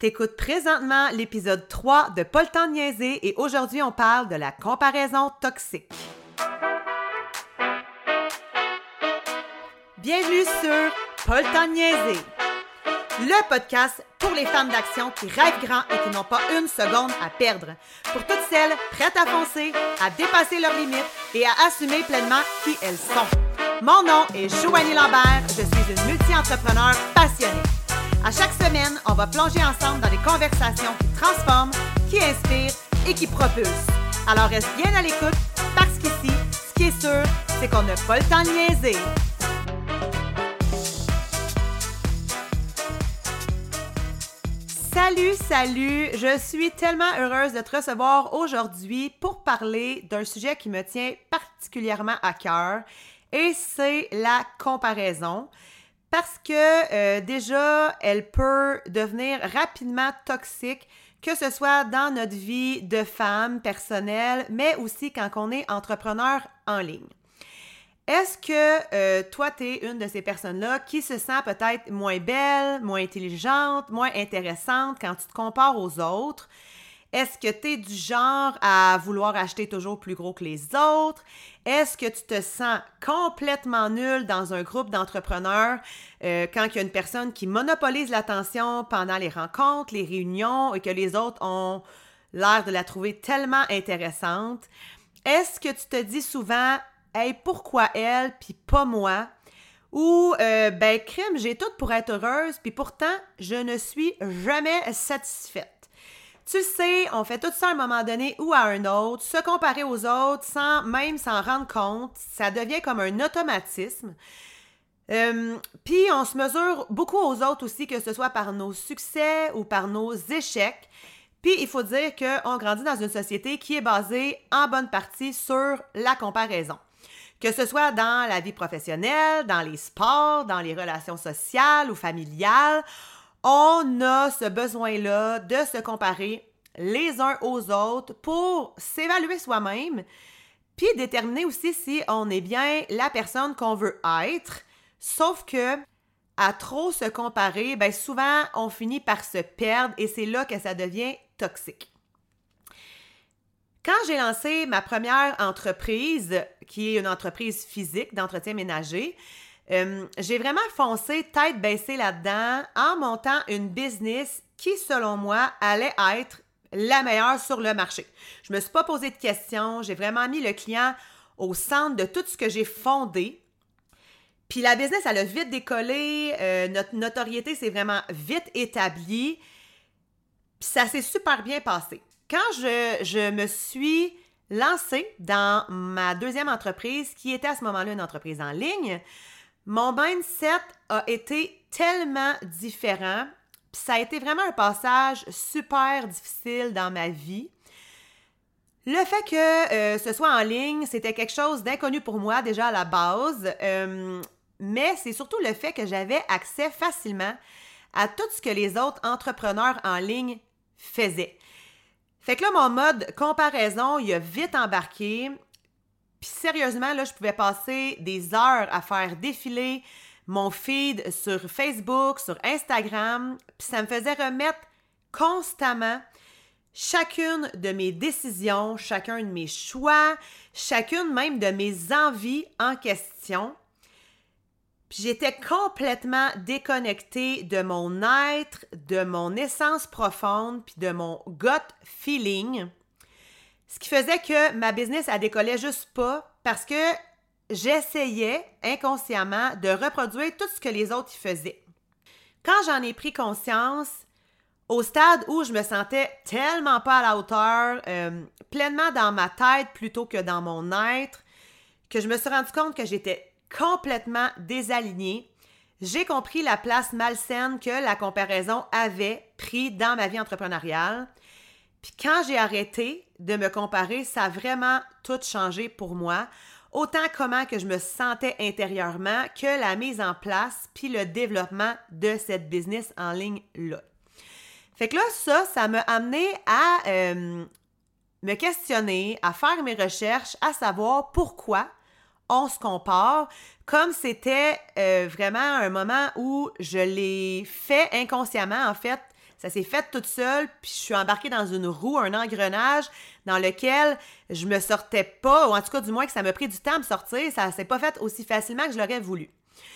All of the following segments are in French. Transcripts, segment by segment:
T'écoutes présentement l'épisode 3 de Pas le temps de niaiser et aujourd'hui on parle de la comparaison toxique. Bienvenue sur Pas le temps de niaiser, le podcast pour les femmes d'action qui rêvent grand et qui n'ont pas une seconde à perdre. Pour toutes celles prêtes à foncer, à dépasser leurs limites et à assumer pleinement qui elles sont. Mon nom est Joanie Lambert, je suis une multi-entrepreneur passionnée. À chaque semaine, on va plonger ensemble dans des conversations qui transforment, qui inspirent et qui propulsent. Alors reste bien à l'écoute parce qu'ici, ce qui est sûr, c'est qu'on n'a pas le temps de niaiser. Salut! Je suis tellement heureuse de te recevoir aujourd'hui pour parler d'un sujet qui me tient particulièrement à cœur et c'est la comparaison. Parce que déjà, elle peut devenir rapidement toxique, que ce soit dans notre vie de femme personnelle, mais aussi quand on est entrepreneur en ligne. Est-ce que toi, tu es une de ces personnes-là qui se sent peut-être moins belle, moins intelligente, moins intéressante quand tu te compares aux autres? Est-ce que tu es du genre à vouloir acheter toujours plus gros que les autres? Est-ce que tu te sens complètement nul dans un groupe d'entrepreneurs quand il y a une personne qui monopolise l'attention pendant les rencontres, les réunions et que les autres ont l'air de la trouver tellement intéressante? Est-ce que tu te dis souvent « Hey, pourquoi elle puis pas moi? » Ou « crime, j'ai tout pour être heureuse puis pourtant, je ne suis jamais satisfaite. » Tu le sais, on fait tout ça à un moment donné ou à un autre, se comparer aux autres sans même s'en rendre compte, ça devient comme un automatisme. Puis on se mesure beaucoup aux autres aussi, que ce soit par nos succès ou par nos échecs. Puis il faut dire qu'on grandit dans une société qui est basée en bonne partie sur la comparaison. Que ce soit dans la vie professionnelle, dans les sports, dans les relations sociales ou familiales, on a ce besoin-là de se comparer les uns aux autres pour s'évaluer soi-même, puis déterminer aussi si on est bien la personne qu'on veut être. Sauf que, à trop se comparer, souvent, on finit par se perdre et c'est là que ça devient toxique. Quand j'ai lancé ma première entreprise, qui est une entreprise physique d'entretien ménager, j'ai vraiment foncé tête baissée là-dedans en montant une business qui, selon moi, allait être la meilleure sur le marché. Je me suis pas posé de questions, j'ai vraiment mis le client au centre de tout ce que j'ai fondé. Puis la business, elle a vite décollé, notre notoriété s'est vraiment vite établie, puis ça s'est super bien passé. Quand je me suis lancée dans ma deuxième entreprise, qui était à ce moment-là une entreprise en ligne, mon mindset a été tellement différent, puis ça a été vraiment un passage super difficile dans ma vie. Le fait que ce soit en ligne, c'était quelque chose d'inconnu pour moi déjà à la base, mais c'est surtout le fait que j'avais accès facilement à tout ce que les autres entrepreneurs en ligne faisaient. Fait que là, mon mode comparaison, il a vite embarqué. Puis sérieusement, là, je pouvais passer des heures à faire défiler mon feed sur Facebook, sur Instagram, puis ça me faisait remettre constamment chacune de mes décisions, chacun de mes choix, chacune même de mes envies en question. Puis j'étais complètement déconnectée de mon être, de mon essence profonde, puis de mon gut feeling. Ce qui faisait que ma business, elle décollait juste pas parce que j'essayais inconsciemment de reproduire tout ce que les autres y faisaient. Quand j'en ai pris conscience, au stade où je me sentais tellement pas à la hauteur, pleinement dans ma tête plutôt que dans mon être, que je me suis rendu compte que j'étais complètement désalignée, j'ai compris la place malsaine que la comparaison avait pris dans ma vie entrepreneuriale. Puis quand j'ai arrêté de me comparer, ça a vraiment tout changé pour moi. Autant comment que je me sentais intérieurement que la mise en place puis le développement de cette business en ligne-là. Fait que là, ça m'a amené à me questionner, à faire mes recherches, à savoir pourquoi on se compare, comme c'était vraiment un moment où je l'ai fait inconsciemment, en fait. Ça s'est fait toute seule, puis je suis embarquée dans une roue, un engrenage dans lequel je me sortais pas, ou en tout cas, du moins que ça m'a pris du temps à me sortir. Ça s'est pas fait aussi facilement que je l'aurais voulu.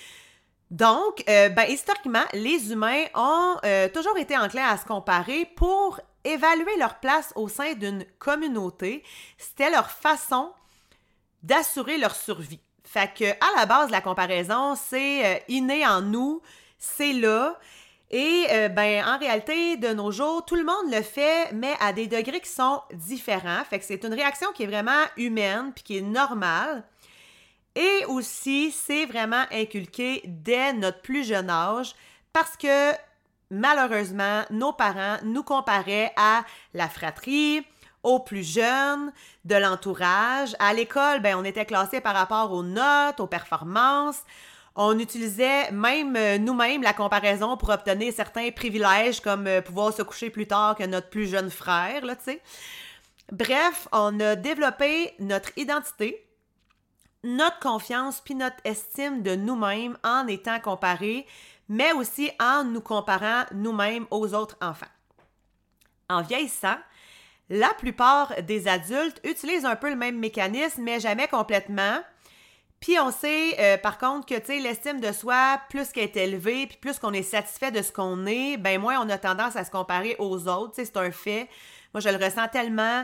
Donc, historiquement, les humains ont toujours été enclins à se comparer pour évaluer leur place au sein d'une communauté. C'était leur façon d'assurer leur survie. Fait que, à la base, la comparaison, c'est inné en nous, c'est là. Et en réalité, de nos jours, tout le monde le fait, mais à des degrés qui sont différents. Fait que c'est une réaction qui est vraiment humaine puis qui est normale. Et aussi, c'est vraiment inculqué dès notre plus jeune âge parce que, malheureusement, nos parents nous comparaient à la fratrie, aux plus jeunes, de l'entourage. À l'école, on était classés par rapport aux notes, aux performances. On utilisait même nous-mêmes la comparaison pour obtenir certains privilèges comme pouvoir se coucher plus tard que notre plus jeune frère, là, tu sais. Bref, on a développé notre identité, notre confiance puis notre estime de nous-mêmes en étant comparés, mais aussi en nous comparant nous-mêmes aux autres enfants. En vieillissant, la plupart des adultes utilisent un peu le même mécanisme, mais jamais complètement. Puis on sait, par contre, que l'estime de soi, plus qu'elle est élevée, puis plus qu'on est satisfait de ce qu'on est, moins on a tendance à se comparer aux autres. C'est un fait. Moi, je le ressens tellement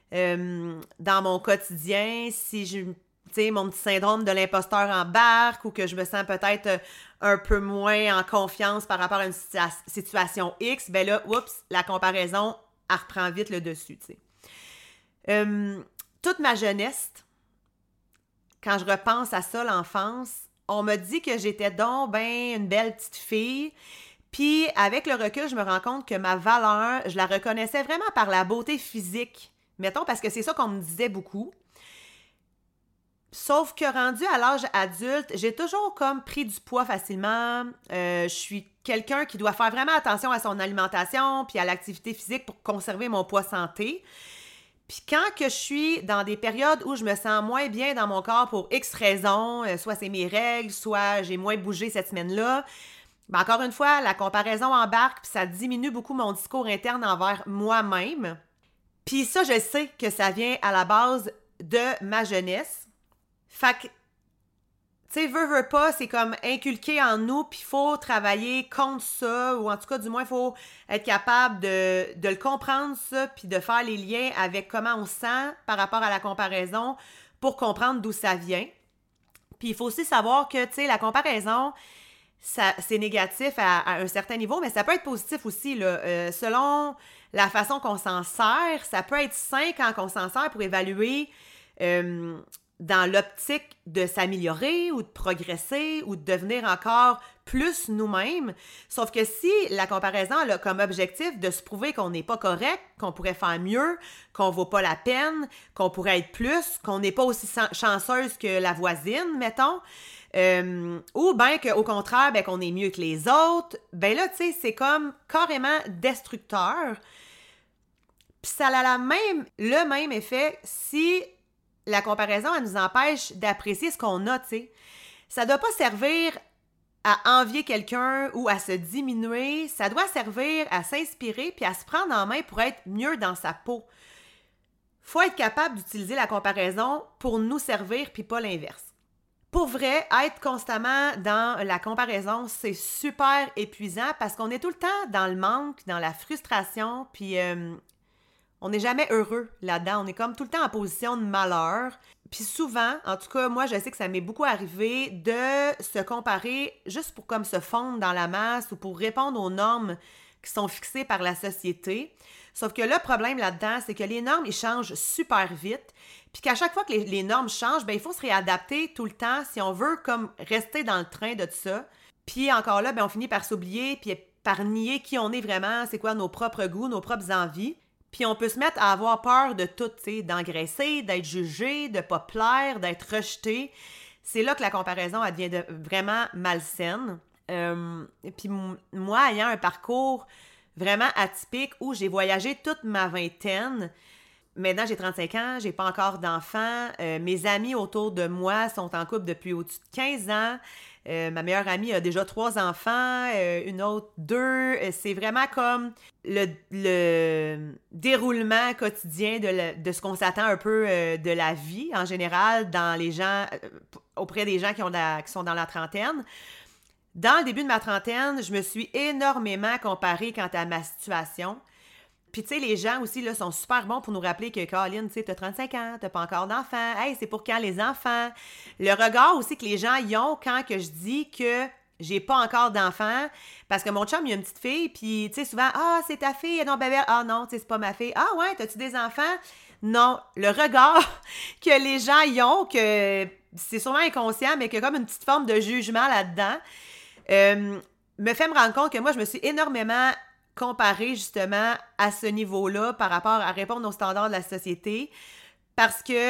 dans mon quotidien. Si mon petit syndrome de l'imposteur embarque ou que je me sens peut-être un peu moins en confiance par rapport à une situation X, là, la comparaison, elle reprend vite le dessus, tu sais. Toute ma jeunesse, quand je repense à ça, l'enfance, on m'a dit que j'étais donc une belle petite fille. Puis, avec le recul, je me rends compte que ma valeur, je la reconnaissais vraiment par la beauté physique. Mettons, parce que c'est ça qu'on me disait beaucoup. Sauf que rendu à l'âge adulte, j'ai toujours comme pris du poids facilement. Je suis quelqu'un qui doit faire vraiment attention à son alimentation puis à l'activité physique pour conserver mon poids santé. Puis quand que je suis dans des périodes où je me sens moins bien dans mon corps pour X raisons, soit c'est mes règles, soit j'ai moins bougé cette semaine-là, encore une fois, la comparaison embarque puis ça diminue beaucoup mon discours interne envers moi-même. Puis ça, je sais que ça vient à la base de ma jeunesse. Fait que, tu sais, veux pas, c'est comme inculqué en nous, puis il faut travailler contre ça, ou en tout cas, du moins, il faut être capable de le comprendre, ça, puis de faire les liens avec comment on se sent par rapport à la comparaison pour comprendre d'où ça vient. Puis il faut aussi savoir que, tu sais, la comparaison, c'est négatif à un certain niveau, mais ça peut être positif aussi, là. Selon la façon qu'on s'en sert, ça peut être sain quand on s'en sert pour évaluer dans l'optique de s'améliorer ou de progresser ou de devenir encore plus nous-mêmes. Sauf que si la comparaison a comme objectif de se prouver qu'on n'est pas correct, qu'on pourrait faire mieux, qu'on vaut pas la peine, qu'on pourrait être plus, qu'on n'est pas aussi chanceuse que la voisine, mettons, ou qu'au contraire, qu'on est mieux que les autres, là, tu sais, c'est comme carrément destructeur. Puis ça a le même effet si la comparaison, elle nous empêche d'apprécier ce qu'on a, tu sais. Ça doit pas servir à envier quelqu'un ou à se diminuer. Ça doit servir à s'inspirer puis à se prendre en main pour être mieux dans sa peau. Faut être capable d'utiliser la comparaison pour nous servir puis pas l'inverse. Pour vrai, être constamment dans la comparaison, c'est super épuisant parce qu'on est tout le temps dans le manque, dans la frustration, puis on n'est jamais heureux là-dedans. On est comme tout le temps en position de malheur. Puis souvent, en tout cas, moi, je sais que ça m'est beaucoup arrivé de se comparer juste pour comme se fondre dans la masse ou pour répondre aux normes qui sont fixées par la société. Sauf que le problème là-dedans, c'est que les normes, ils changent super vite. Puis qu'à chaque fois que les normes changent, il faut se réadapter tout le temps si on veut comme rester dans le train de tout ça. Puis encore là, on finit par s'oublier puis par nier qui on est vraiment, c'est quoi nos propres goûts, nos propres envies. Puis on peut se mettre à avoir peur de tout, tu sais, d'engraisser, d'être jugé, de pas plaire, d'être rejeté. C'est là que la comparaison, elle devient vraiment malsaine. Puis moi, ayant un parcours vraiment atypique où j'ai voyagé toute ma vingtaine, maintenant j'ai 35 ans, j'ai pas encore d'enfants, mes amis autour de moi sont en couple depuis au-dessus de 15 ans, Ma meilleure amie a déjà 3 enfants, une autre 2. C'est vraiment comme le déroulement quotidien de ce qu'on s'attend un peu de la vie en général dans les gens, auprès des gens qui sont dans la trentaine. Dans le début de ma trentaine, je me suis énormément comparée quant à ma situation. Puis, tu sais, les gens aussi, là, sont super bons pour nous rappeler que, Caroline, tu sais, t'as 35 ans, t'as pas encore d'enfants. Hey, c'est pour quand les enfants? Le regard aussi que les gens y ont quand que je dis que j'ai pas encore d'enfants. Parce que mon chum, il a une petite fille, puis, tu sais, souvent, ah, c'est ta fille, non, bébé, ah, non, tu sais, c'est pas ma fille. Ah, ouais, t'as-tu des enfants? Non, le regard que les gens y ont, que c'est sûrement inconscient, mais qu'il y a comme une petite forme de jugement là-dedans, me fait me rendre compte que moi, je me suis énormément comparée justement à ce niveau-là par rapport à répondre aux standards de la société parce que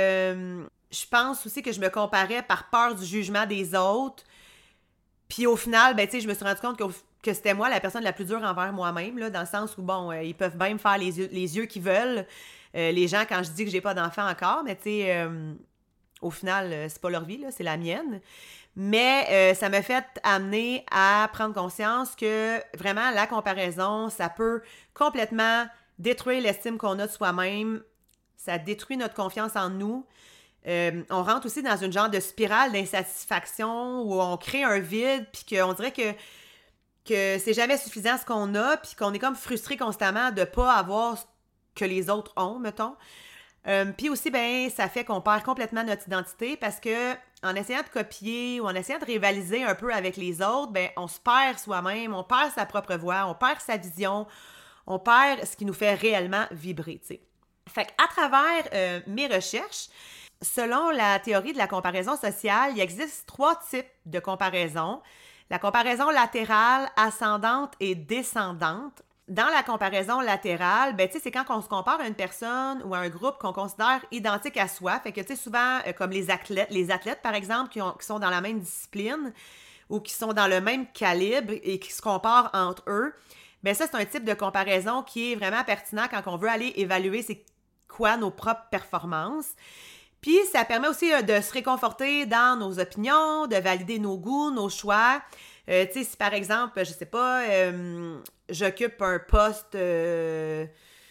je pense aussi que je me comparais par peur du jugement des autres. Puis au final, ben tu sais, je me suis rendu compte que c'était moi la personne la plus dure envers moi-même, là, dans le sens où, bon, ils peuvent bien me faire les yeux qu'ils veulent, les gens, quand je dis que j'ai pas d'enfant encore, mais tu sais, au final, c'est pas leur vie, là, c'est la mienne. Mais ça m'a fait amener à prendre conscience que vraiment la comparaison, ça peut complètement détruire l'estime qu'on a de soi-même. Ça détruit notre confiance en nous. On rentre aussi dans une genre de spirale d'insatisfaction où on crée un vide puis qu'on dirait que c'est jamais suffisant ce qu'on a puis qu'on est comme frustré constamment de pas avoir ce que les autres ont, mettons. Puis aussi, ben, ça fait qu'on perd complètement notre identité parce que en essayant de copier ou en essayant de rivaliser un peu avec les autres, ben, on se perd soi-même, on perd sa propre voix, on perd sa vision, on perd ce qui nous fait réellement vibrer, tu sais. Fait qu'à travers mes recherches, selon la théorie de la comparaison sociale, il existe 3 types de comparaison. La comparaison latérale, ascendante et descendante. Dans la comparaison latérale, ben, tu sais, c'est quand on se compare à une personne ou à un groupe qu'on considère identique à soi. Fait que, tu sais, souvent, comme les athlètes, par exemple, qui sont dans la même discipline ou qui sont dans le même calibre et qui se comparent entre eux, ben ça, c'est un type de comparaison qui est vraiment pertinent quand on veut aller évaluer c'est quoi nos propres performances. Puis, ça permet aussi de se réconforter dans nos opinions, de valider nos goûts, nos choix. Tu sais, si par exemple, je sais pas, j'occupe un poste de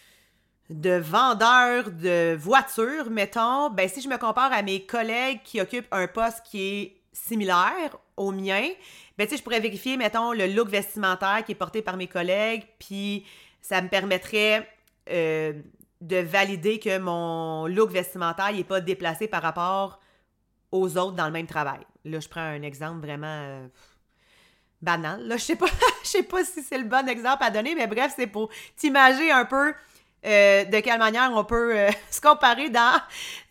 vendeur de voitures, mettons, ben si je me compare à mes collègues qui occupent un poste qui est similaire au mien, ben tu sais, je pourrais vérifier, mettons, le look vestimentaire qui est porté par mes collègues, puis ça me permettrait de valider que mon look vestimentaire n'est pas déplacé par rapport aux autres dans le même travail. Là, je prends un exemple vraiment banal. Là, je sais pas si c'est le bon exemple à donner, mais bref, c'est pour t'imaginer un peu de quelle manière on peut se comparer dans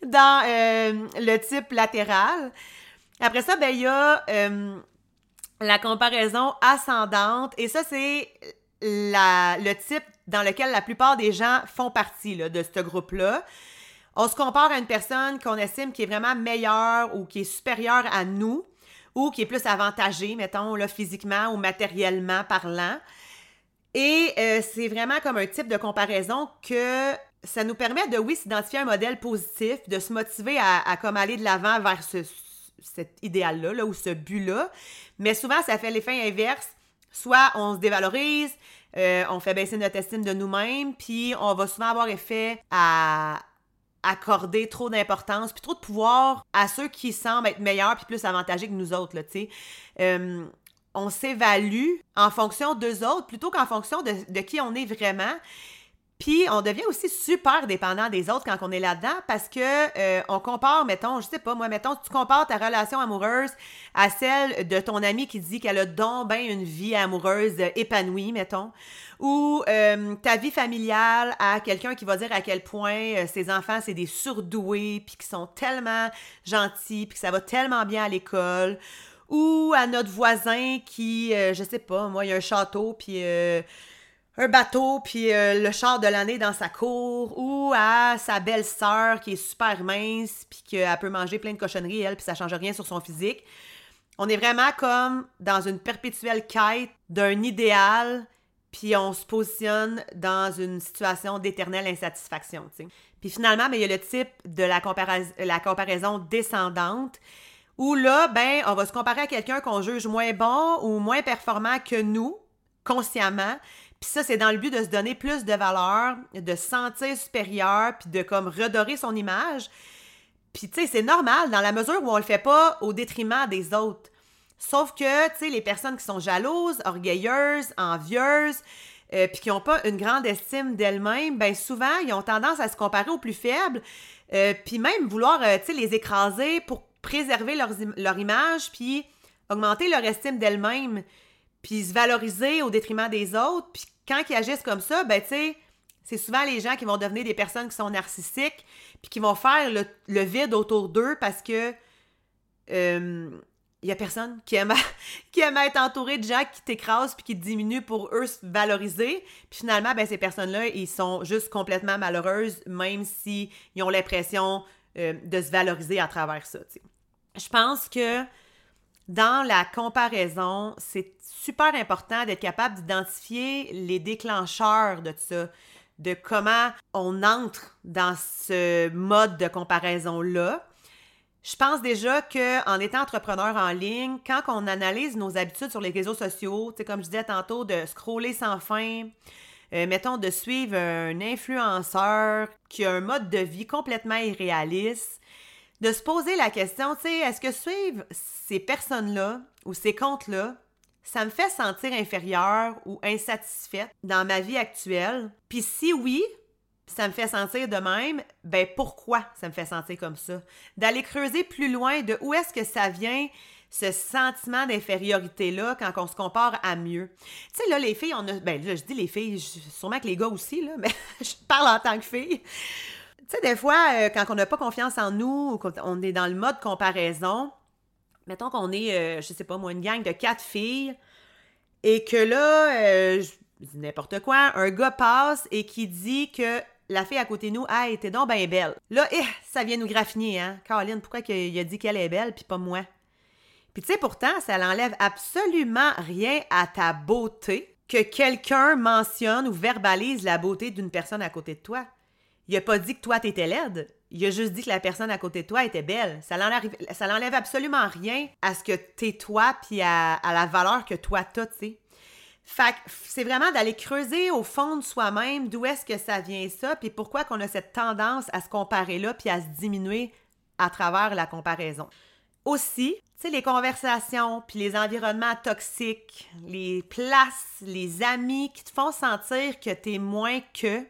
le type latéral. Après ça, ben il y a la comparaison ascendante, et ça, c'est le type dans lequel la plupart des gens font partie là, de ce groupe-là. On se compare à une personne qu'on estime qui est vraiment meilleure ou qui est supérieure à nous ou qui est plus avantagée, mettons, là, physiquement ou matériellement parlant. Et c'est vraiment comme un type de comparaison que ça nous permet de, oui, s'identifier à un modèle positif, de se motiver à comme aller de l'avant vers cet idéal-là là, ou ce but-là. Mais souvent, ça fait l'effet inverse. Soit on se dévalorise, on fait baisser notre estime de nous-mêmes, puis on va souvent avoir effet à accorder trop d'importance puis trop de pouvoir à ceux qui semblent être meilleurs puis plus avantagés que nous autres, là, tu sais. On s'évalue en fonction d'eux autres plutôt qu'en fonction de qui on est vraiment. Puis on devient aussi super dépendant des autres quand on est là-dedans parce que on compare, mettons, je sais pas, moi, mettons, tu compares ta relation amoureuse à celle de ton amie qui dit qu'elle a donc ben une vie amoureuse épanouie, mettons, ou ta vie familiale à quelqu'un qui va dire à quel point ses enfants, c'est des surdoués, puis qu'ils sont tellement gentils, puis que ça va tellement bien à l'école, ou à notre voisin qui, je sais pas, moi, il y a un château, puis un bateau, puis le char de l'année dans sa cour, ou à sa belle-sœur qui est super mince, puis qu'elle peut manger plein de cochonneries, elle, puis ça change rien sur son physique. On est vraiment comme dans une perpétuelle quête d'un idéal, puis on se positionne dans une situation d'éternelle insatisfaction, tu sais. Puis finalement, mais il y a le type de la comparaison descendante, Où là, ben, on va se comparer à quelqu'un qu'on juge moins bon ou moins performant que nous, consciemment. Puis ça, c'est dans le but de se donner plus de valeur, de se sentir supérieur, puis de comme redorer son image. Puis tu sais, c'est normal dans la mesure où on le fait pas au détriment des autres. Sauf que, tu sais, les personnes qui sont jalouses, orgueilleuses, envieuses, puis qui n'ont pas une grande estime d'elles-mêmes, ben souvent, ils ont tendance à se comparer aux plus faibles, puis même vouloir, tu sais, les écraser pour préserver leur image, puis augmenter leur estime d'elles-mêmes, puis se valoriser au détriment des autres. Puis quand ils agissent comme ça, ben tu sais, c'est souvent les gens qui vont devenir des personnes qui sont narcissiques, puis qui vont faire le vide autour d'eux parce que il y a personne qui aime être entouré de gens qui t'écrasent puis qui te diminuent pour eux se valoriser. Puis finalement, ben ces personnes-là, ils sont juste complètement malheureuses, même s'ils ont l'impression de se valoriser à travers ça, t'sais. Je pense que dans la comparaison, c'est super important d'être capable d'identifier les déclencheurs de ça, de comment on entre dans ce mode de comparaison-là. Je pense déjà qu'en étant entrepreneur en ligne, quand on analyse nos habitudes sur les réseaux sociaux, tu sais, comme je disais tantôt, de scroller sans fin, mettons de suivre un influenceur qui a un mode de vie complètement irréaliste, de se poser la question, tu sais, est-ce que suivre ces personnes-là ou ces comptes-là, ça me fait sentir inférieure ou insatisfaite dans ma vie actuelle? Puis si oui, ça me fait sentir de même, ben pourquoi ça me fait sentir comme ça? D'aller creuser plus loin de où est-ce que ça vient, ce sentiment d'infériorité-là, quand on se compare à mieux. Tu sais, là, les filles, ben là, je dis les filles, sûrement que les gars aussi, là, mais je parle en tant que fille. Tu sais, des fois, quand on n'a pas confiance en nous, ou qu'on est dans le mode comparaison, mettons qu'on est, je sais pas moi, une gang de 4 filles, et que là, je dis n'importe quoi, un gars passe et qui dit que la fille à côté de nous, ah, était donc bien belle. Là, ça vient nous graffiner, hein? Caroline, pourquoi il a dit qu'elle est belle puis pas moi? Puis tu sais, pourtant, ça n'enlève absolument rien à ta beauté que quelqu'un mentionne ou verbalise la beauté d'une personne à côté de toi. Il a pas dit que toi, t'étais laide. Il a juste dit que la personne à côté de toi était belle. Ça n'enlève absolument rien à ce que t'es toi puis à la valeur que toi t'as, tu sais. Fait que c'est vraiment d'aller creuser au fond de soi-même d'où est-ce que ça vient ça, puis pourquoi qu'on a cette tendance à se comparer là, puis à se diminuer à travers la comparaison. Aussi, tu sais, les conversations, puis les environnements toxiques, les places, les amis qui te font sentir que t'es moins que. Tu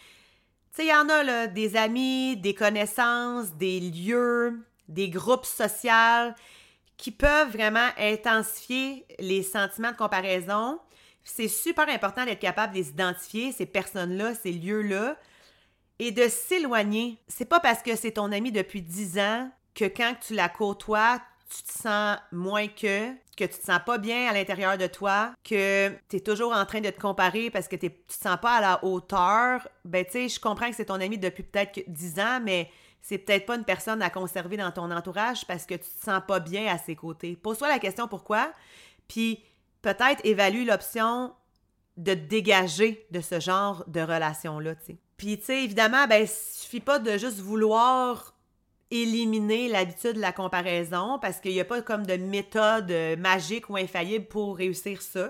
sais, il y en a là, des amis, des connaissances, des lieux, des groupes sociaux qui peuvent vraiment intensifier les sentiments de comparaison. C'est super important d'être capable de les identifier, ces personnes-là, ces lieux-là, et de s'éloigner. C'est pas parce que c'est ton ami depuis 10 ans que quand tu la côtoies, tu te sens moins que tu te sens pas bien à l'intérieur de toi, que tu es toujours en train de te comparer parce que tu te sens pas à la hauteur. Ben, tu sais, je comprends que c'est ton ami depuis peut-être 10 ans, mais c'est peut-être pas une personne à conserver dans ton entourage parce que tu te sens pas bien à ses côtés. Pose-toi la question pourquoi, puis peut-être évalue l'option de te dégager de ce genre de relation-là, tu sais. Puis, tu sais, évidemment, ben, il suffit pas de juste vouloir éliminer l'habitude de la comparaison parce qu'il n'y a pas comme de méthode magique ou infaillible pour réussir ça.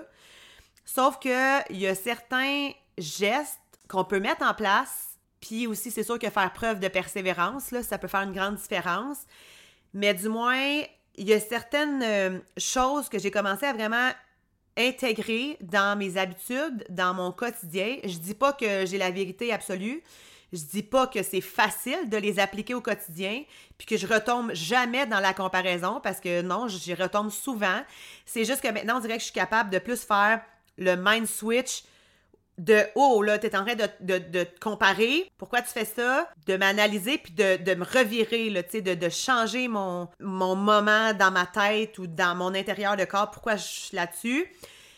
Sauf qu'il y a certains gestes qu'on peut mettre en place, puis aussi, c'est sûr que faire preuve de persévérance, là, ça peut faire une grande différence. Mais du moins, il y a certaines choses que j'ai commencé à vraiment intégrer dans mes habitudes, dans mon quotidien. Je dis pas que j'ai la vérité absolue. Je dis pas que c'est facile de les appliquer au quotidien, puis que je retombe jamais dans la comparaison, parce que non, j'y retombe souvent. C'est juste que maintenant, on dirait que je suis capable de plus faire le mind switch de « Oh, là, t'es en train de te comparer. Pourquoi tu fais ça? » De m'analyser, puis de me revirer, là, tu sais, de changer mon moment dans ma tête ou dans mon intérieur de corps. Pourquoi je suis là-dessus?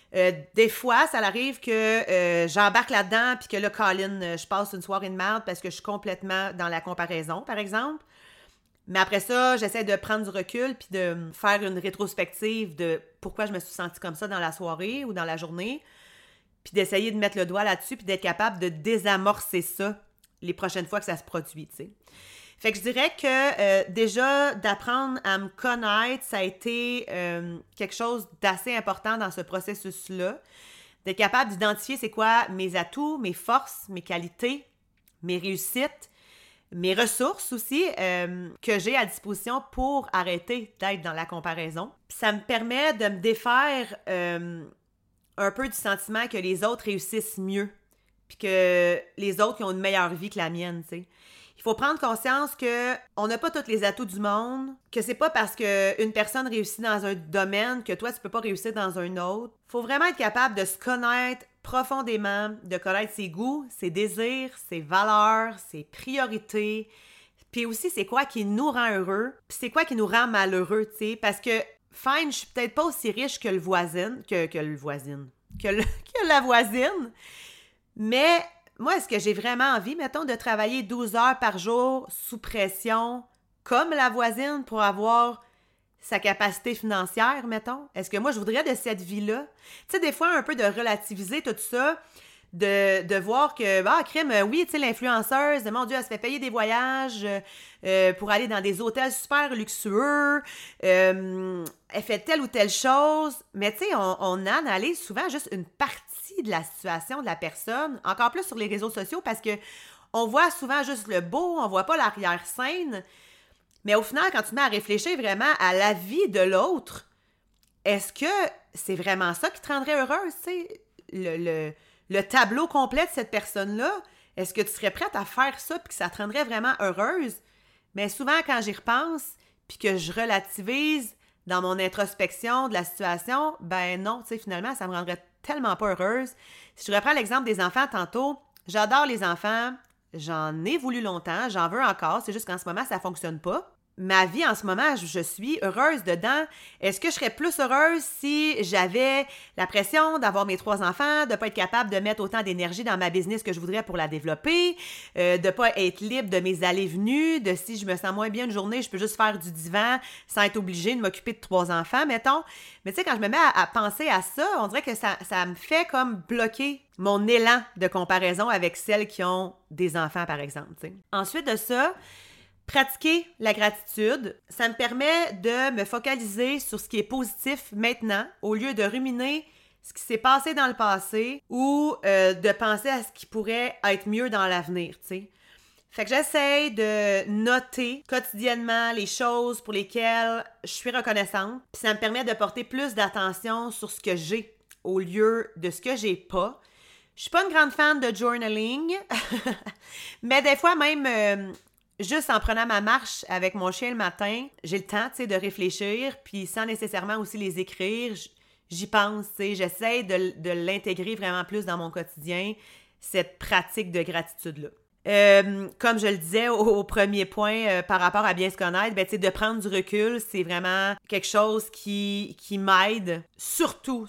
Des fois, ça arrive que j'embarque là-dedans puis que là, Colin, je passe une soirée de merde parce que je suis complètement dans la comparaison, par exemple. Mais après ça, j'essaie de prendre du recul puis de faire une rétrospective de pourquoi je me suis sentie comme ça dans la soirée ou dans la journée, puis d'essayer de mettre le doigt là-dessus puis d'être capable de désamorcer ça les prochaines fois que ça se produit, tu sais. Fait que je dirais que déjà, d'apprendre à me connaître, ça a été quelque chose d'assez important dans ce processus-là. D'être capable d'identifier c'est quoi mes atouts, mes forces, mes qualités, mes réussites, mes ressources aussi que j'ai à disposition pour arrêter d'être dans la comparaison. Puis ça me permet de me défaire un peu du sentiment que les autres réussissent mieux, puis que les autres ont une meilleure vie que la mienne, tu sais. Il faut prendre conscience que on n'a pas tous les atouts du monde, que c'est pas parce qu'une personne réussit dans un domaine que toi, tu peux pas réussir dans un autre. Il faut vraiment être capable de se connaître profondément, de connaître ses goûts, ses désirs, ses valeurs, ses priorités, puis aussi c'est quoi qui nous rend heureux, puis c'est quoi qui nous rend malheureux, tu sais, parce que, fine, je suis peut-être pas aussi riche que que la voisine, mais moi, est-ce que j'ai vraiment envie, mettons, de travailler 12 heures par jour sous pression comme la voisine pour avoir sa capacité financière, mettons? Est-ce que moi, je voudrais de cette vie-là? Tu sais, des fois, un peu de relativiser tout ça, de voir que, crime, oui, tu sais, l'influenceuse, mon Dieu, elle se fait payer des voyages pour aller dans des hôtels super luxueux, elle fait telle ou telle chose, mais tu sais, on analyse souvent juste une partie de la situation de la personne, encore plus sur les réseaux sociaux, parce que on voit souvent juste le beau, on voit pas l'arrière-scène, mais au final, quand tu te mets à réfléchir vraiment à la vie de l'autre, est-ce que c'est vraiment ça qui te rendrait heureuse, tu sais, le tableau complet de cette personne-là, est-ce que tu serais prête à faire ça puis que ça te rendrait vraiment heureuse? Mais souvent, quand j'y repense puis que je relativise dans mon introspection de la situation, ben non, tu sais, finalement, ça me rendrait tellement pas heureuse. Si je reprends l'exemple des enfants tantôt, j'adore les enfants, j'en ai voulu longtemps, j'en veux encore, c'est juste qu'en ce moment, ça fonctionne pas. Ma vie en ce moment, je suis heureuse dedans. Est-ce que je serais plus heureuse si j'avais la pression d'avoir mes 3 enfants, de pas être capable de mettre autant d'énergie dans ma business que je voudrais pour la développer, de pas être libre de mes allées-venues, de si je me sens moins bien une journée, je peux juste faire du divan sans être obligée de m'occuper de 3 enfants, mettons. Mais tu sais, quand je me mets à penser à ça, on dirait que ça me fait comme bloquer mon élan de comparaison avec celles qui ont des enfants, par exemple. T'sais. Ensuite de ça, pratiquer la gratitude, ça me permet de me focaliser sur ce qui est positif maintenant, au lieu de ruminer ce qui s'est passé dans le passé ou de penser à ce qui pourrait être mieux dans l'avenir, tu sais. Fait que j'essaie de noter quotidiennement les choses pour lesquelles je suis reconnaissante, puis ça me permet de porter plus d'attention sur ce que j'ai au lieu de ce que j'ai pas. Je suis pas une grande fan de journaling, mais des fois même... juste en prenant ma marche avec mon chien le matin, j'ai le temps, tu sais, de réfléchir, puis sans nécessairement aussi les écrire, j'y pense, tu sais, j'essaie de l'intégrer vraiment plus dans mon quotidien, cette pratique de gratitude-là. Comme je le disais au premier point par rapport à bien se connaître, ben, tu sais, de prendre du recul, c'est vraiment quelque chose qui m'aide, surtout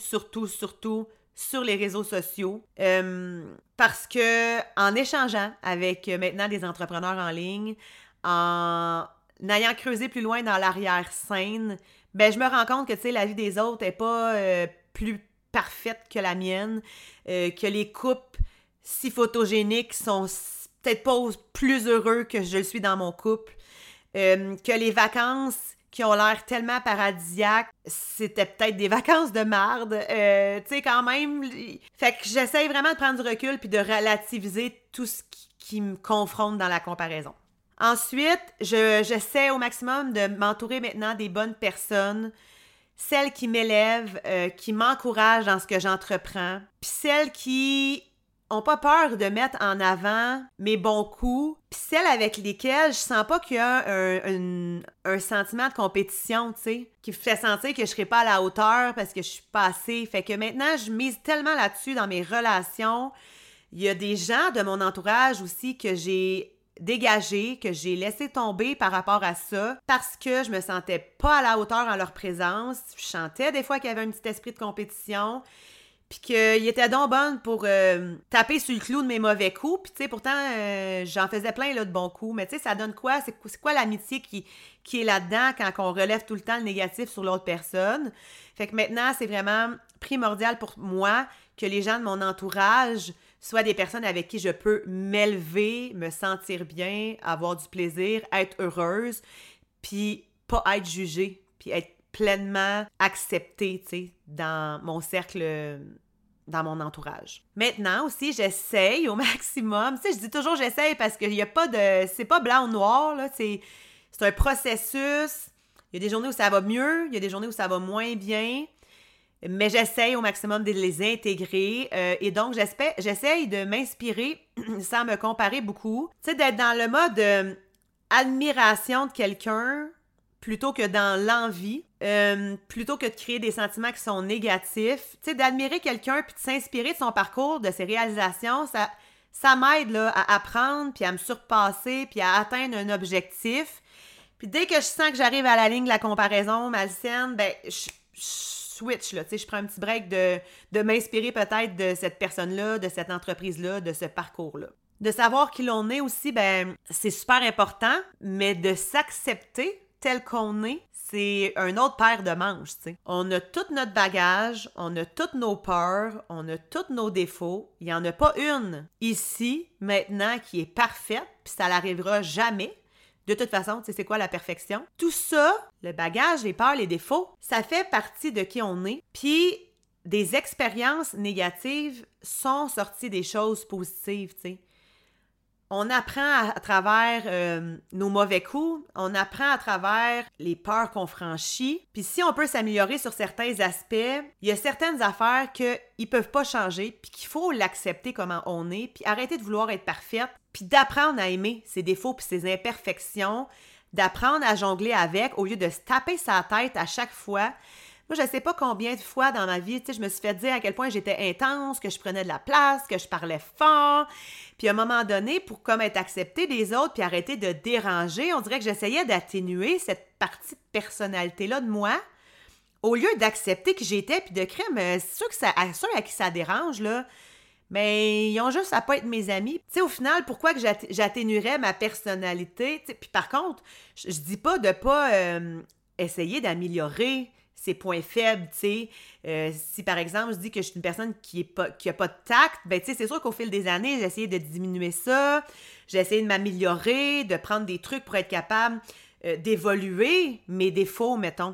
sur les réseaux sociaux. Parce que en échangeant avec maintenant des entrepreneurs en ligne, en ayant creusé plus loin dans l'arrière-scène, ben je me rends compte que tu sais la vie des autres est pas plus parfaite que la mienne, que les couples si photogéniques sont peut-être pas plus heureux que je le suis dans mon couple, que les vacances qui ont l'air tellement paradisiaques, c'était peut-être des vacances de marde, tu sais, quand même. Fait que j'essaie vraiment de prendre du recul puis de relativiser tout ce qui me confronte dans la comparaison. Ensuite, j'essaie au maximum de m'entourer maintenant des bonnes personnes, celles qui m'élèvent, qui m'encouragent dans ce que j'entreprends, puis celles qui ont pas peur de mettre en avant mes bons coups, puis celles avec lesquelles je sens pas qu'il y a un sentiment de compétition, tu sais, qui me fait sentir que je serai pas à la hauteur parce que je suis pas assez. Fait que maintenant, je mise tellement là-dessus dans mes relations. Il y a des gens de mon entourage aussi que j'ai dégagé, que j'ai laissé tomber par rapport à ça parce que je me sentais pas à la hauteur en leur présence. Je sentais des fois qu'il y avait un petit esprit de compétition. Puis qu'il était donc bonne pour taper sur le clou de mes mauvais coups. Puis tu sais, pourtant, j'en faisais plein là, de bons coups. Mais tu sais, ça donne quoi? C'est quoi l'amitié qui est là-dedans quand on relève tout le temps le négatif sur l'autre personne? Fait que maintenant, c'est vraiment primordial pour moi que les gens de mon entourage soit des personnes avec qui je peux m'élever, me sentir bien, avoir du plaisir, être heureuse, puis pas être jugée, puis être pleinement acceptée, tu sais, dans mon cercle, dans mon entourage. Maintenant aussi, j'essaye au maximum. Tu sais, je dis toujours j'essaye parce qu'il n'y a pas de... C'est pas blanc ou noir, là. C'est un processus. Il y a des journées où ça va mieux, il y a des journées où ça va moins bien. Mais j'essaye au maximum de les intégrer. Et donc, j'essaye de m'inspirer sans me comparer beaucoup. Tu sais, d'être dans le mode admiration de quelqu'un plutôt que dans l'envie, plutôt que de créer des sentiments qui sont négatifs. Tu sais, d'admirer quelqu'un puis de s'inspirer de son parcours, de ses réalisations, ça m'aide là, à apprendre puis à me surpasser puis à atteindre un objectif. Puis dès que je sens que j'arrive à la ligne de la comparaison malsaine, ben, je switch, là, tu sais, je prends un petit break de m'inspirer peut-être de cette personne-là, de cette entreprise-là, de ce parcours-là. De savoir qui l'on est aussi, ben, c'est super important, mais de s'accepter tel qu'on est, c'est un autre paire de manches, tu sais. On a tout notre bagage, on a toutes nos peurs, on a tous nos défauts. Il n'y en a pas une ici, maintenant, qui est parfaite, puis ça n'arrivera jamais. De toute façon, tu sais, c'est quoi la perfection? Tout ça, le bagage, les peurs, les défauts, ça fait partie de qui on est. Puis, des expériences négatives sont sorties des choses positives, tu sais. On apprend à travers nos mauvais coups, on apprend à travers les peurs qu'on franchit. Puis si on peut s'améliorer sur certains aspects, il y a certaines affaires qu'ils ne peuvent pas changer, puis qu'il faut l'accepter comment on est, puis arrêter de vouloir être parfaite, puis d'apprendre à aimer ses défauts puis ses imperfections, d'apprendre à jongler avec au lieu de se taper sa tête à chaque fois. Moi, je ne sais pas combien de fois dans ma vie, tu sais, je me suis fait dire à quel point j'étais intense, que je prenais de la place, que je parlais fort. Puis à un moment donné, pour comme être acceptée des autres puis arrêter de déranger, on dirait que j'essayais d'atténuer cette partie de personnalité-là de moi au lieu d'accepter qui j'étais puis de créer, mais c'est sûr que ceux à qui ça dérange, là, mais ils ont juste à pas être mes amis. Tu sais, au final, pourquoi que j'atténuerais ma personnalité? T'sais, puis par contre, je dis pas de pas essayer d'améliorer ses points faibles, tu sais. Si, par exemple, je dis que je suis une personne qui a pas de tact, ben, tu sais, c'est sûr qu'au fil des années, j'ai essayé de diminuer ça, j'ai essayé de m'améliorer, de prendre des trucs pour être capable d'évoluer mes défauts, mettons.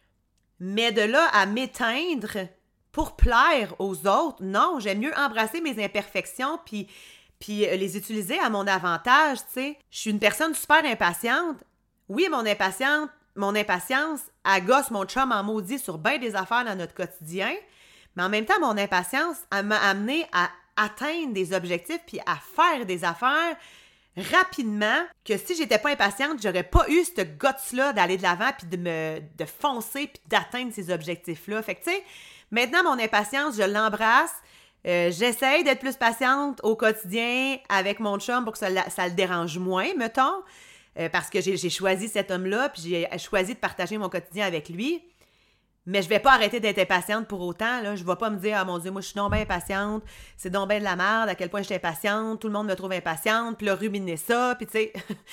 Mais de là à m'éteindre pour plaire aux autres, non, j'aime mieux embrasser mes imperfections puis les utiliser à mon avantage, tu sais. Je suis une personne super impatiente. Oui, mon impatience, elle gosse mon chum en maudit sur bien des affaires dans notre quotidien, mais en même temps, mon impatience, elle m'a amené à atteindre des objectifs puis à faire des affaires rapidement que si j'étais pas impatiente, j'aurais pas eu ce guts-là d'aller de l'avant puis de foncer puis d'atteindre ces objectifs-là. Fait que, tu sais, maintenant, mon impatience, je l'embrasse. J'essaye d'être plus patiente au quotidien avec mon chum pour que ça le dérange moins, mettons. Parce que j'ai choisi cet homme-là, puis j'ai choisi de partager mon quotidien avec lui. Mais je vais pas arrêter d'être impatiente pour autant, là. Je vais pas me dire « Ah mon Dieu, moi je suis donc bien impatiente, c'est donc bien de la merde, à quel point je suis impatiente, tout le monde me trouve impatiente, puis là, ruminer ça, puis tu sais,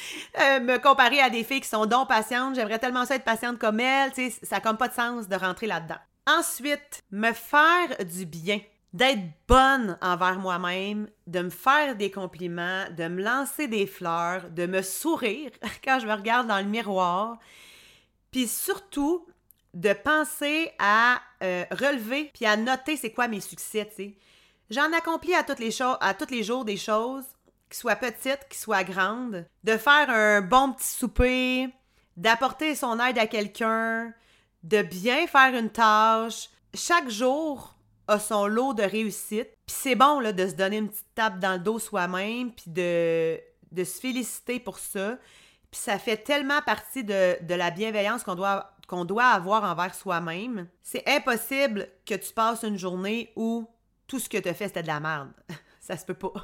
me comparer à des filles qui sont donc patientes, j'aimerais tellement ça être patiente comme elles, tu sais, ça n'a comme pas de sens de rentrer là-dedans. » Ensuite, me faire du bien. D'être bonne envers moi-même, de me faire des compliments, de me lancer des fleurs, de me sourire quand je me regarde dans le miroir, puis surtout de penser à relever puis à noter c'est quoi mes succès, tu sais. J'en accomplis à tous les jours des choses, qui soient petites, qui soient grandes, de faire un bon petit souper, d'apporter son aide à quelqu'un, de bien faire une tâche. Chaque jour a son lot de réussite. Puis c'est bon là, de se donner une petite tape dans le dos soi-même, puis de se féliciter pour ça. Puis ça fait tellement partie de la bienveillance qu'on doit avoir envers soi-même. C'est impossible que tu passes une journée où tout ce que tu as fait, c'était de la merde. Ça se peut pas.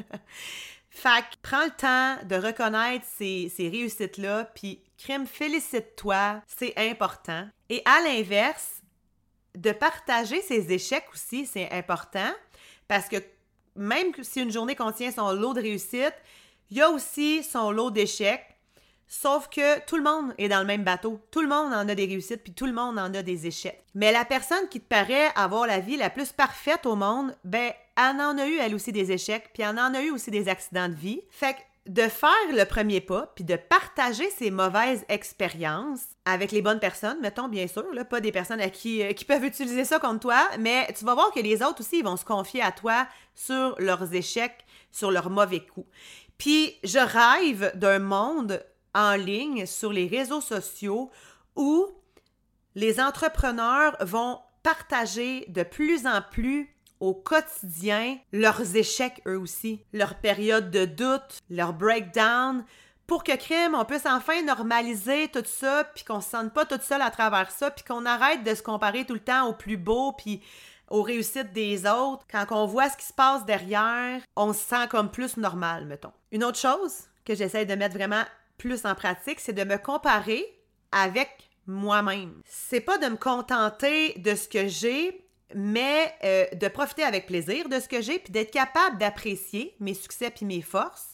Fait que prends le temps de reconnaître ces réussites-là, puis crème, félicite-toi, c'est important. Et à l'inverse, de partager ses échecs aussi, c'est important, parce que même si une journée contient son lot de réussites, il y a aussi son lot d'échecs. Sauf que tout le monde est dans le même bateau. Tout le monde en a des réussites, puis tout le monde en a des échecs. Mais la personne qui te paraît avoir la vie la plus parfaite au monde, ben, elle en a eu, elle aussi, des échecs, puis elle en a eu aussi des accidents de vie. Fait que de faire le premier pas, puis de partager ses mauvaises expériences avec les bonnes personnes, mettons, bien sûr, là, pas des personnes qui peuvent utiliser ça contre toi, mais tu vas voir que les autres aussi, ils vont se confier à toi sur leurs échecs, sur leurs mauvais coups. Puis je rêve d'un monde en ligne sur les réseaux sociaux où les entrepreneurs vont partager de plus en plus au quotidien leurs échecs eux aussi, leurs périodes de doute, leurs breakdowns, pour que crime, on puisse enfin normaliser tout ça, puis qu'on se sente pas toute seule à travers ça, puis qu'on arrête de se comparer tout le temps au plus beau, puis aux réussites des autres. Quand on voit ce qui se passe derrière, on se sent comme plus normal, mettons. Une autre chose que j'essaie de mettre vraiment plus en pratique, c'est de me comparer avec moi-même. C'est pas de me contenter de ce que j'ai, mais de profiter avec plaisir de ce que j'ai, puis d'être capable d'apprécier mes succès puis mes forces,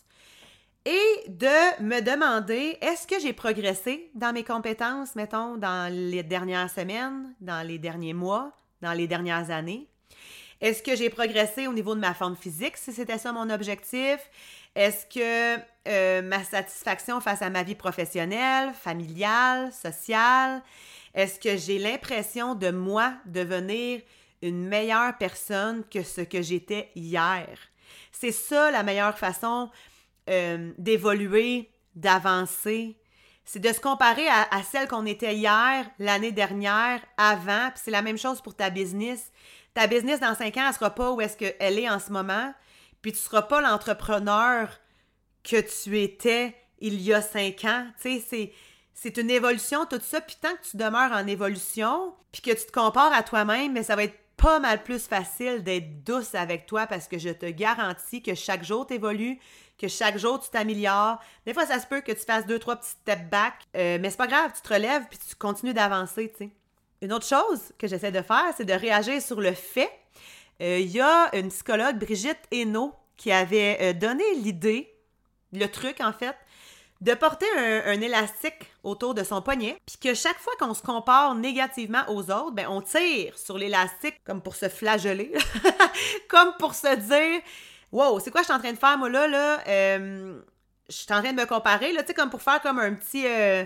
et de me demander, est-ce que j'ai progressé dans mes compétences, mettons, dans les dernières semaines, dans les derniers mois, dans les dernières années? Est-ce que j'ai progressé au niveau de ma forme physique, si c'était ça mon objectif? Est-ce que ma satisfaction face à ma vie professionnelle, familiale, sociale? Est-ce que j'ai l'impression de moi devenir une meilleure personne que ce que j'étais hier? C'est ça la meilleure façon d'évoluer, d'avancer. C'est de se comparer à celle qu'on était hier, l'année dernière, avant. Puis c'est la même chose pour ta business. Ta business, dans 5 ans, elle ne sera pas où est-ce qu'elle est en ce moment. Puis tu ne seras pas l'entrepreneur que tu étais il y a 5 ans. Tu sais, c'est une évolution, tout ça. Puis tant que tu demeures en évolution, puis que tu te compares à toi-même, mais ça va être pas mal plus facile d'être douce avec toi parce que je te garantis que chaque jour t'évolues, que chaque jour tu t'améliores. Des fois, ça se peut que tu fasses 2-3 petits step back, mais c'est pas grave, tu te relèves puis tu continues d'avancer, tu sais. Une autre chose que j'essaie de faire, c'est de réagir sur le fait. Il y a une psychologue, Brigitte Hainaut, qui avait donné l'idée, le truc en fait, de porter un élastique autour de son poignet, puis que chaque fois qu'on se compare négativement aux autres, ben on tire sur l'élastique comme pour se flageller, comme pour se dire « Wow, c'est quoi je suis en train de faire, moi, là? Je suis en train de me comparer, là, tu sais, comme pour faire comme un petit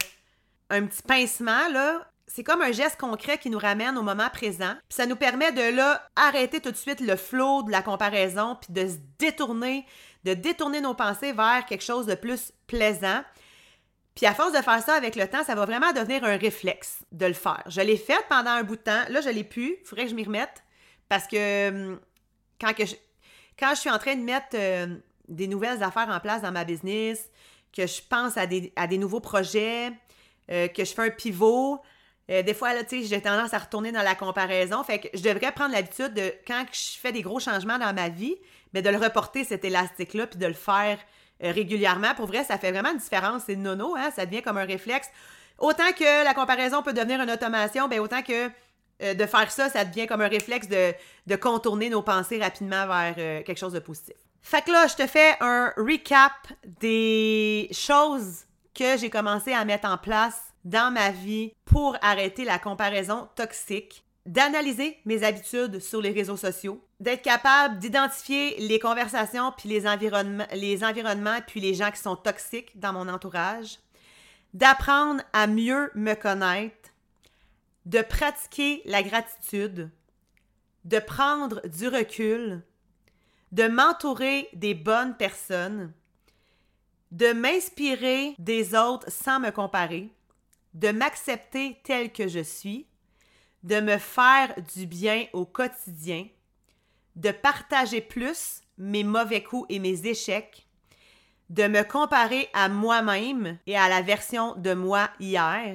pincement, là. » C'est comme un geste concret qui nous ramène au moment présent. Puis ça nous permet de, là, arrêter tout de suite le flow de la comparaison, puis de se détourner, nos pensées vers quelque chose de plus plaisant. Puis à force de faire ça avec le temps, ça va vraiment devenir un réflexe de le faire. Je l'ai fait pendant un bout de temps. Là, je l'ai plus. Il faudrait que je m'y remette. Parce que quand je suis en train de mettre des nouvelles affaires en place dans ma business, que je pense à des nouveaux projets, que je fais un pivot, des fois, là, tu sais, j'ai tendance à retourner dans la comparaison. Fait que je devrais prendre l'habitude de, quand je fais des gros changements dans ma vie, mais de le reporter, cet élastique-là, puis de le faire régulièrement. Pour vrai, ça fait vraiment une différence. C'est nono, hein? Ça devient comme un réflexe. Autant que la comparaison peut devenir une automation, bien autant que de faire ça, ça devient comme un réflexe de contourner nos pensées rapidement vers quelque chose de positif. Fait que là, je te fais un recap des choses que j'ai commencé à mettre en place dans ma vie pour arrêter la comparaison toxique, d'analyser mes habitudes sur les réseaux sociaux, d'être capable d'identifier les conversations puis les environnements puis les gens qui sont toxiques dans mon entourage, d'apprendre à mieux me connaître, de pratiquer la gratitude, de prendre du recul, de m'entourer des bonnes personnes, de m'inspirer des autres sans me comparer, de m'accepter tel que je suis, de me faire du bien au quotidien, de partager plus mes mauvais coups et mes échecs, de me comparer à moi-même et à la version de moi hier,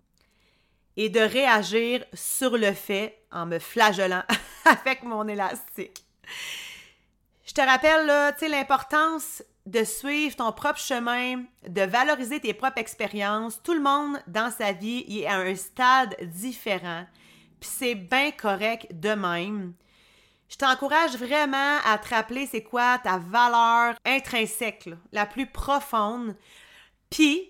et de réagir sur le fait en me flagellant avec mon élastique. Je te rappelle, là, tu sais, l'importance de suivre ton propre chemin, de valoriser tes propres expériences. Tout le monde dans sa vie est à un stade différent. Puis c'est bien correct de même. Je t'encourage vraiment à te rappeler c'est quoi ta valeur intrinsèque, là, la plus profonde. Puis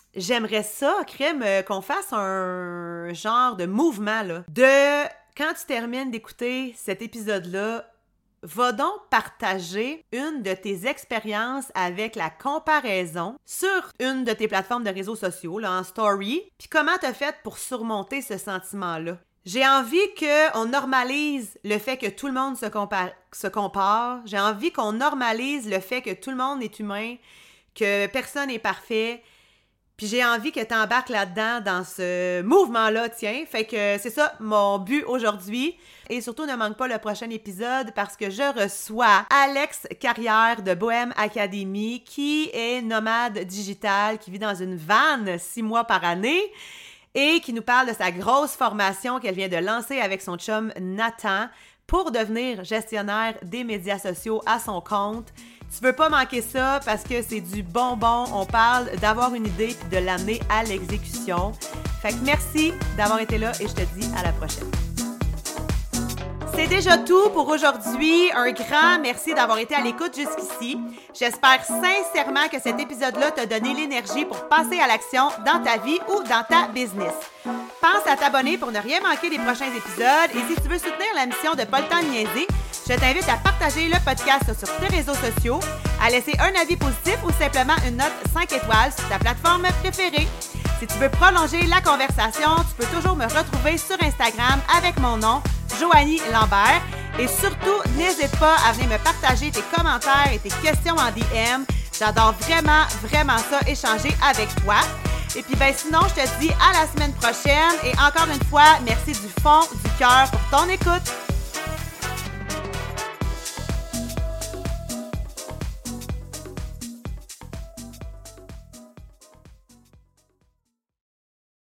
j'aimerais ça, Crème, qu'on fasse un genre de mouvement, là. De, quand tu termines d'écouter cet épisode-là, va donc partager une de tes expériences avec la comparaison sur une de tes plateformes de réseaux sociaux, là, en story, puis comment t'as fait pour surmonter ce sentiment-là. J'ai envie qu'on normalise le fait que tout le monde se compare. J'ai envie qu'on normalise le fait que tout le monde est humain, que personne n'est parfait. Puis j'ai envie que tu embarques là-dedans, dans ce mouvement-là, tiens. Fait que c'est ça mon but aujourd'hui. Et surtout, ne manque pas le prochain épisode parce que je reçois Alex Carrière de Bohème Academy, qui est nomade digital, qui vit dans une van 6 mois par année et qui nous parle de sa grosse formation qu'elle vient de lancer avec son chum Nathan pour devenir gestionnaire des médias sociaux à son compte. Tu veux pas manquer ça parce que c'est du bonbon. On parle d'avoir une idée puis de l'amener à l'exécution. Fait que merci d'avoir été là et je te dis à la prochaine. C'est déjà tout pour aujourd'hui. Un grand merci d'avoir été à l'écoute jusqu'ici. J'espère sincèrement que cet épisode-là t'a donné l'énergie pour passer à l'action dans ta vie ou dans ta business. Pense à t'abonner pour ne rien manquer des prochains épisodes et si tu veux soutenir la mission de Pas le temps de niaiser, je t'invite à partager le podcast sur tes réseaux sociaux, à laisser un avis positif ou simplement une note 5 étoiles sur ta plateforme préférée. Si tu veux prolonger la conversation, tu peux toujours me retrouver sur Instagram avec mon nom, Joanie Lambert. Et surtout, n'hésite pas à venir me partager tes commentaires et tes questions en DM. J'adore vraiment, vraiment ça, échanger avec toi. Et puis sinon, je te dis à la semaine prochaine. Et encore une fois, merci du fond du cœur pour ton écoute.